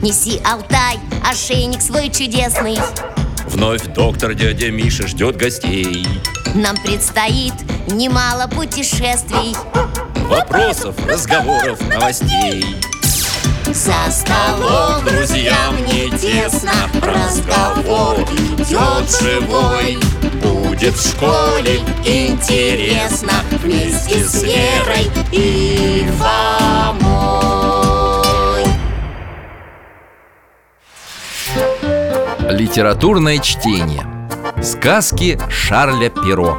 Неси, Алтай, ошейник свой чудесный. Вновь доктор дядя Миша ждет гостей. Нам предстоит немало путешествий, Вопросов, разговоров, новостей. за столом Друзьям не тесно, разговор идет живой. Будет в школе интересно вместе с Верой и Фомой. Литературное чтение. Сказки Шарля Перро.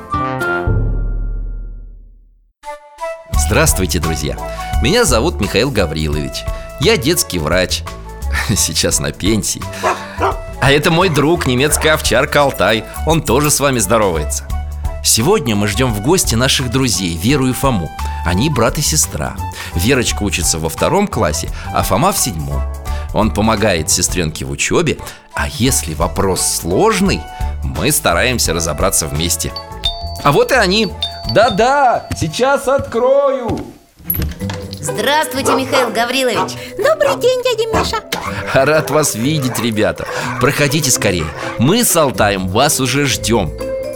Здравствуйте, друзья! Меня зовут Михаил Гаврилович. Я детский врач. Сейчас на пенсии. А это мой друг, немецкая овчарка Алтай. Он тоже с вами здоровается. Сегодня мы ждем в гости наших друзей Веру и Фому. Они брат и сестра. Верочка учится во 2 классе, а Фома в 7. Он помогает сестренке в учебе. А если вопрос сложный, мы стараемся разобраться вместе. А вот и они. Да-да, сейчас открою. Здравствуйте, Михаил Гаврилович. Добрый день, дядя Миша. Рад вас видеть, ребята. Проходите скорее. Мы с Алтаем вас уже ждем.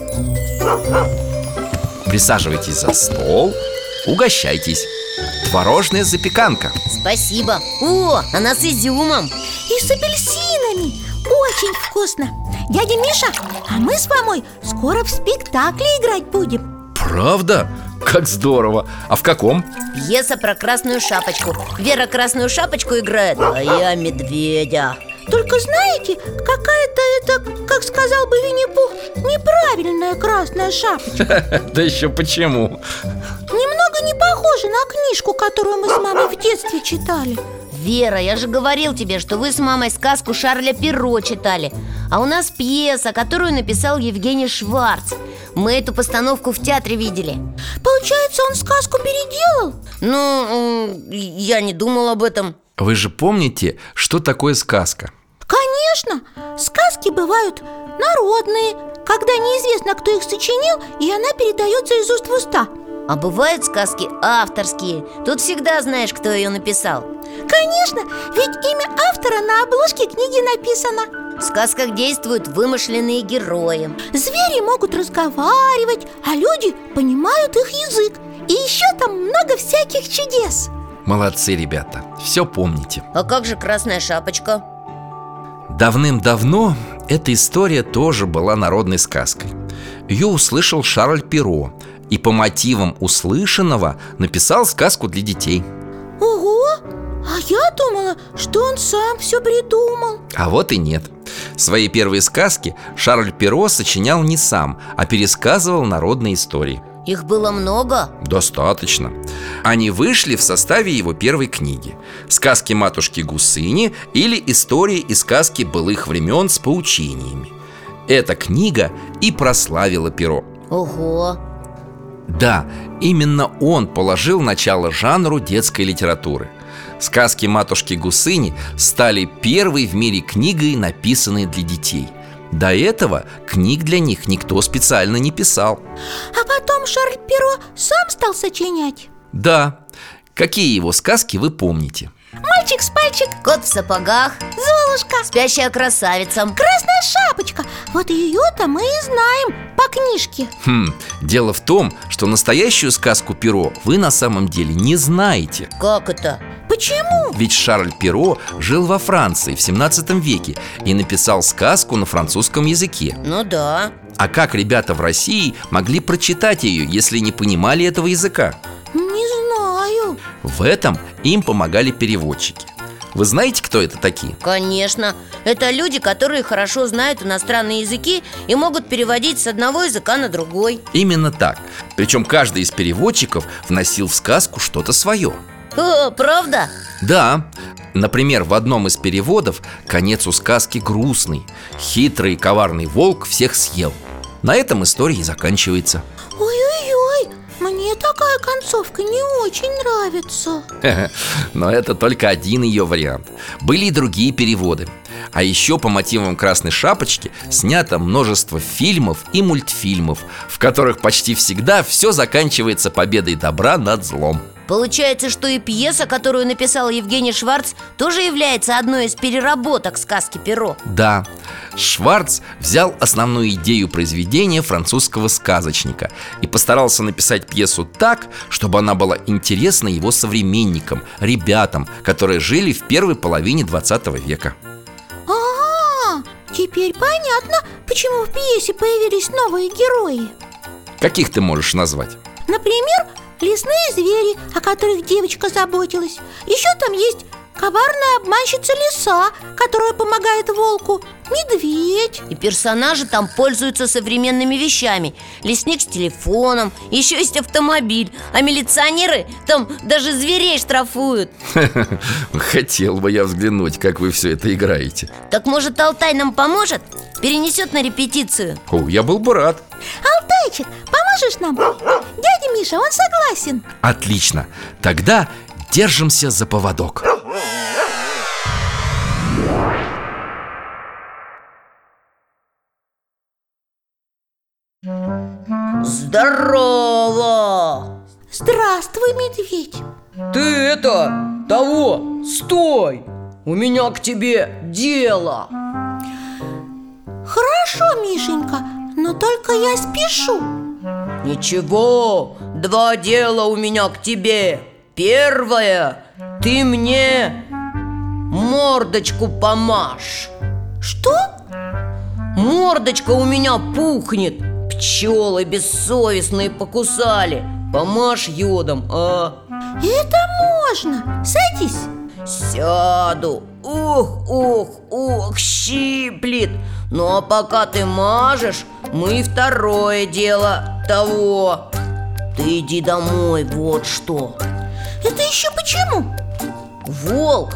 Присаживайтесь за стол. Угощайтесь. Творожная запеканка. Спасибо. О, она с изюмом. И с апельсинами. Очень вкусно. Дядя Миша, а мы с Фомой скоро в спектакле играть будем. Правда? Как здорово. А в каком? Пьеса про Красную Шапочку. Вера Красную Шапочку играет, а я медведя. Только знаете, какая-то это, как сказал бы Винни-Пух, неправильная красная шапочка. Да еще почему? Немного не похожа на книжку, которую мы с мамой в детстве читали. Вера, я же говорил тебе, что вы с мамой сказку Шарля Перро читали. А у нас пьеса, которую написал Евгений Шварц. Мы эту постановку в театре видели. Получается, он сказку переделал? Ну, я не думал об этом. Вы же помните, что такое сказка? Конечно, сказки бывают народные, когда неизвестно, кто их сочинил, и она передается из уст в уста. А бывают сказки авторские. Тут всегда знаешь, кто ее написал. Конечно, ведь имя автора на обложке книги написано. В сказках действуют вымышленные герои. Звери могут разговаривать, а люди понимают их язык. И еще там много всяких чудес. Молодцы, ребята, все помните. А как же Красная Шапочка? Давным-давно эта история тоже была народной сказкой. Ее услышал Шарль Перро и по мотивам услышанного написал сказку для детей. Ого! А я думала, что он сам все придумал. А вот и нет. Свои первые сказки Шарль Перро сочинял не сам, а пересказывал народные истории. Их было много? Достаточно. Они вышли в составе его первой книги «Сказки матушки Гусыни» или «Истории и сказки былых времен с поучениями». Эта книга и прославила Перро. Ого! Да, именно он положил начало жанру детской литературы. Сказки матушки Гусыни стали первой в мире книгой, написанной для детей. До этого книг для них никто специально не писал. А потом Шарль Перро сам стал сочинять? Да. Какие его сказки вы помните? Мальчик с пальчик, Кот в сапогах, Золушка, Спящая красавица. Красная Шапочка. Вот ее-то мы и знаем по книжке. Дело в том, что настоящую сказку Перро вы на самом деле не знаете. Как это? Почему? Ведь Шарль Перро жил во Франции в 17 веке и написал сказку на французском языке. Ну да. А как ребята в России могли прочитать ее, если не понимали этого языка? Не знаю. В этом им помогали переводчики. Вы знаете, кто это такие? Конечно. Это люди, которые хорошо знают иностранные языки и могут переводить с одного языка на другой. Именно так. Причем каждый из переводчиков вносил в сказку что-то свое. О, правда? Да. Например, в одном из переводов конец у сказки грустный. Хитрый и коварный волк всех съел. На этом история и заканчивается. Ой-ой-ой, мне такая концовка не очень нравится. Но это только один ее вариант. Были и другие переводы. А еще по мотивам «Красной Шапочки» снято множество фильмов и мультфильмов, в которых почти всегда все заканчивается победой добра над злом. Получается, что и пьеса, которую написал Евгений Шварц, тоже является одной из переработок сказки «Перо». Да, Шварц взял основную идею произведения французского сказочника и постарался написать пьесу так, чтобы она была интересна его современникам, ребятам, которые жили в первой половине 20 века. Ага, теперь понятно, почему в пьесе появились новые герои. Каких ты можешь назвать? Например, лесные звери, о которых девочка заботилась. Еще там есть коварная обманщица лиса, которая помогает волку, медведь. И персонажи там пользуются современными вещами. Лесник с телефоном, еще есть автомобиль. А милиционеры там даже зверей штрафуют. Хотел бы я взглянуть, как вы все это играете. Так может, Алтай нам поможет? Перенесет на репетицию? О, я был бы рад. Алтайчик, поможешь нам? Дядя Миша, он согласен. Отлично, тогда держимся за поводок. Здорово! Здравствуй, медведь. Ты того, стой! У меня к тебе дело. Хорошо, Мишенька, но только я спешу. Ничего, 2 дела у меня к тебе. Первое, ты мне мордочку помажь. Что? Мордочка у меня пухнет. Пчелы бессовестные покусали. Помажь йодом, а? Это можно. Садись. Сяду. Ух, щиплет. Ну а пока ты мажешь, мы и второе дело того. Ты иди домой, вот что. Это еще почему? Волк!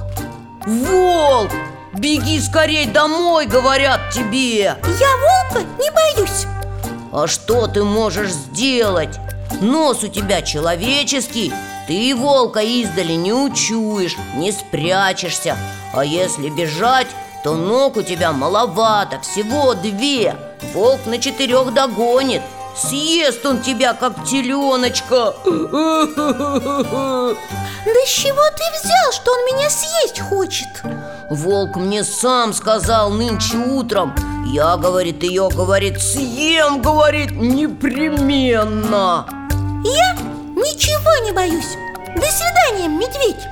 Беги скорей домой, говорят тебе. Я волка не боюсь. А что ты можешь сделать? Нос у тебя человеческий. Ты волка издали не учуешь, не спрячешься. А если бежать, то ног у тебя маловато, всего 2. Волк на 4 догонит. Съест он тебя, как теленочка. Да с чего ты взял, что он меня съесть хочет? Волк мне сам сказал нынче утром. Я, говорит, ее, говорит, съем, говорит, непременно. Я ничего не боюсь. До свидания, медведь.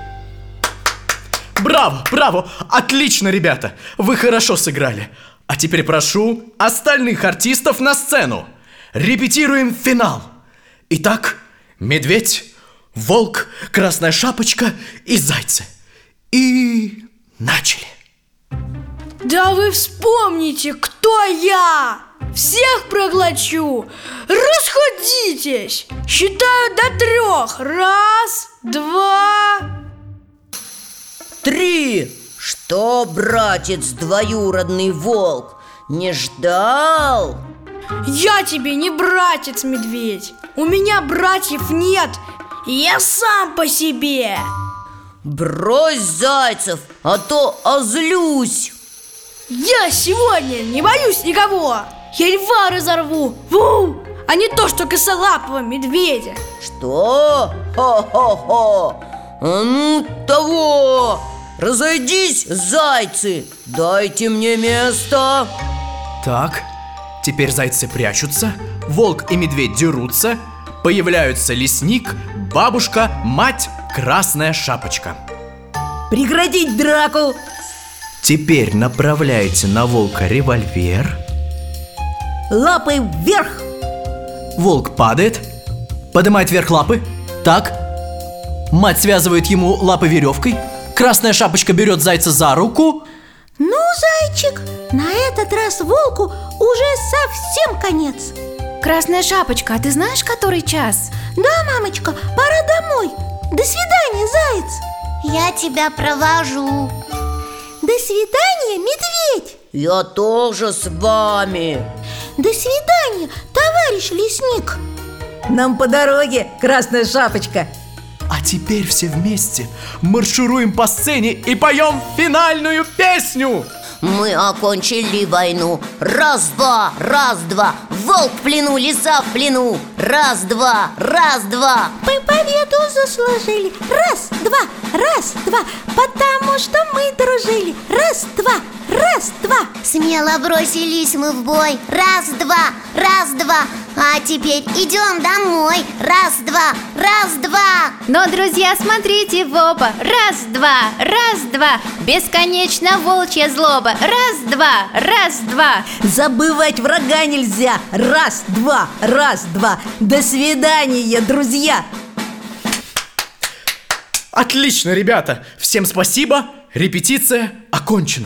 Браво! Отлично, ребята! Вы хорошо сыграли. А теперь прошу остальных артистов на сцену. Репетируем финал. Итак, медведь, волк, красная шапочка и зайцы. И начали. Да вы вспомните, кто я! Всех проглочу! Расходитесь! Считаю до 3. 1, 2... 3. Что, братец двоюродный волк, не ждал? Я тебе не братец, медведь. У меня братьев нет. Я сам по себе. Брось зайцев, а то озлюсь. Я сегодня не боюсь никого. Я льва разорву, а не то, что косолапого медведя. Что? Хо-хо-хо. А ну того. Разойдись, зайцы. Дайте мне место. Так, теперь зайцы прячутся, волк и медведь дерутся. Появляются лесник, бабушка, мать, красная шапочка. Прекратить драку. Теперь направляете на волка револьвер. Лапой вверх. Волк падает, поднимает вверх лапы. Так. Мать связывает ему лапы веревкой. Красная шапочка берет зайца за руку. Ну, зайчик, на этот раз волку уже совсем конец. Красная шапочка, а ты знаешь, который час? Да, мамочка, пора домой. До свидания, заяц. Я тебя провожу. До свидания, медведь. Я тоже с вами. До свидания, товарищ лесник. Нам по дороге, красная шапочка. А теперь все вместе маршируем по сцене и поем финальную песню. Мы окончили войну. Раз, два, Волк в плену, лиса в плену. Раз, два, раз, два. Мы победу заслужили. Раз, два, потому что мы дружили. Раз, два. Смело бросились мы в бой. Раз, два. А теперь идем домой. Раз, два. Но, друзья, смотрите в оба. Раз, два. Бесконечно волчья злоба. Раз, два. Забывать врага нельзя. Раз, два. До свидания, друзья. Отлично, ребята! Всем спасибо! Репетиция окончена.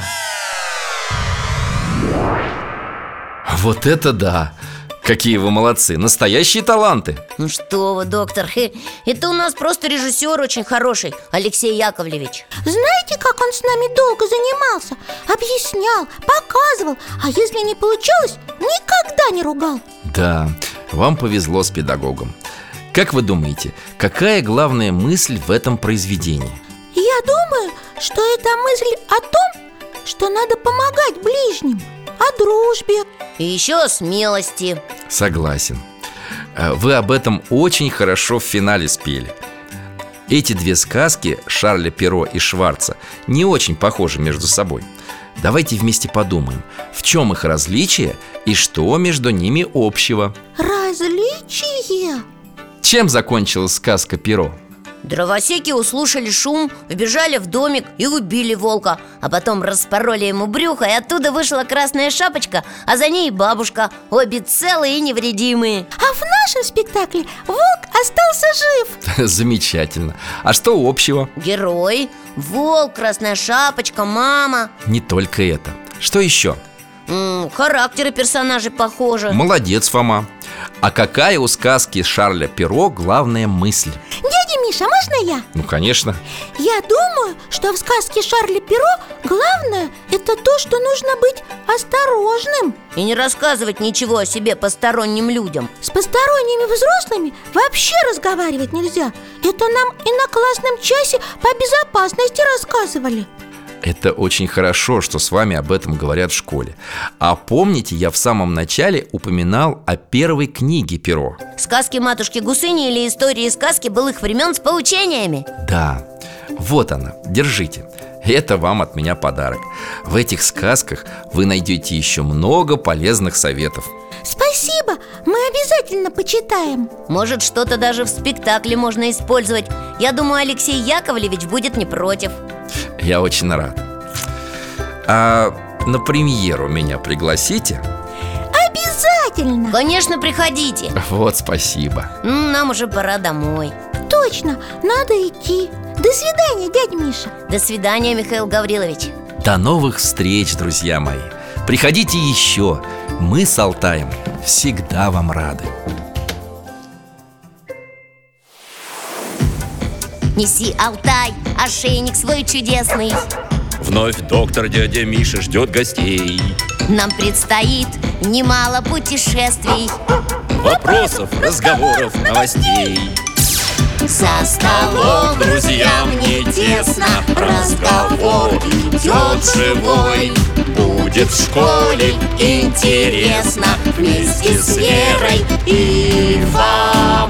Вот это да! Какие вы молодцы! Настоящие таланты! Ну что вы, доктор, это у нас просто режиссер очень хороший, Алексей Яковлевич. Знаете, как он с нами долго занимался? Объяснял, показывал. А если не получалось, никогда не ругал. Да, вам повезло с педагогом. Как вы думаете, какая главная мысль в этом произведении? Я думаю, что это мысль о том, что надо помогать ближним, о дружбе. И еще о смелости. Согласен. Вы об этом очень хорошо в финале спели. Эти две сказки, Шарля Перро и Шварца, не очень похожи между собой. Давайте вместе подумаем, в чем их различие и что между ними общего. Различие? Чем закончилась сказка Перро? Дровосеки услышали шум, вбежали в домик и убили волка. А потом распороли ему брюхо, и оттуда вышла Красная Шапочка, а за ней бабушка. Обе целые и невредимые. А в нашем спектакле волк остался жив. Замечательно. А что общего? Герой, волк, Красная Шапочка, мама. Не только это. Что еще? Характеры персонажей похожи. Молодец, Фома. А какая у сказки Шарля Перро главная мысль? Дядя Миша, можно я? Ну, конечно. Я думаю, что в сказке Шарля Перро главное – это то, что нужно быть осторожным. И не рассказывать ничего о себе посторонним людям. С посторонними взрослыми вообще разговаривать нельзя. Это нам и на классном часе по безопасности рассказывали. Это очень хорошо, что с вами об этом говорят в школе. А помните, я в самом начале упоминал о первой книге Перро? Сказки матушки Гусыни или истории сказки былых времен с поучениями. Да, вот она, держите. Это вам от меня подарок. В этих сказках вы найдете еще много полезных советов. Спасибо, мы обязательно почитаем. Может, что-то даже в спектакле можно использовать. Я думаю, Алексей Яковлевич будет не против. Я очень рад. А на премьеру меня пригласите? Обязательно. Конечно, приходите. Вот, спасибо. Нам уже пора домой. Точно, надо идти. До свидания, дядя Миша. До свидания, Михаил Гаврилович. До новых встреч, друзья мои. Приходите еще. Мы с Алтаем всегда вам рады. Неси, Алтай, ошейник свой чудесный. Вновь доктор дядя Миша ждет гостей. Нам предстоит немало путешествий, Вопросов, разговоров, новостей. За столом Друзьям не тесно, разговор идет живой. Будет в школе интересно вместе с Верой и Фомой.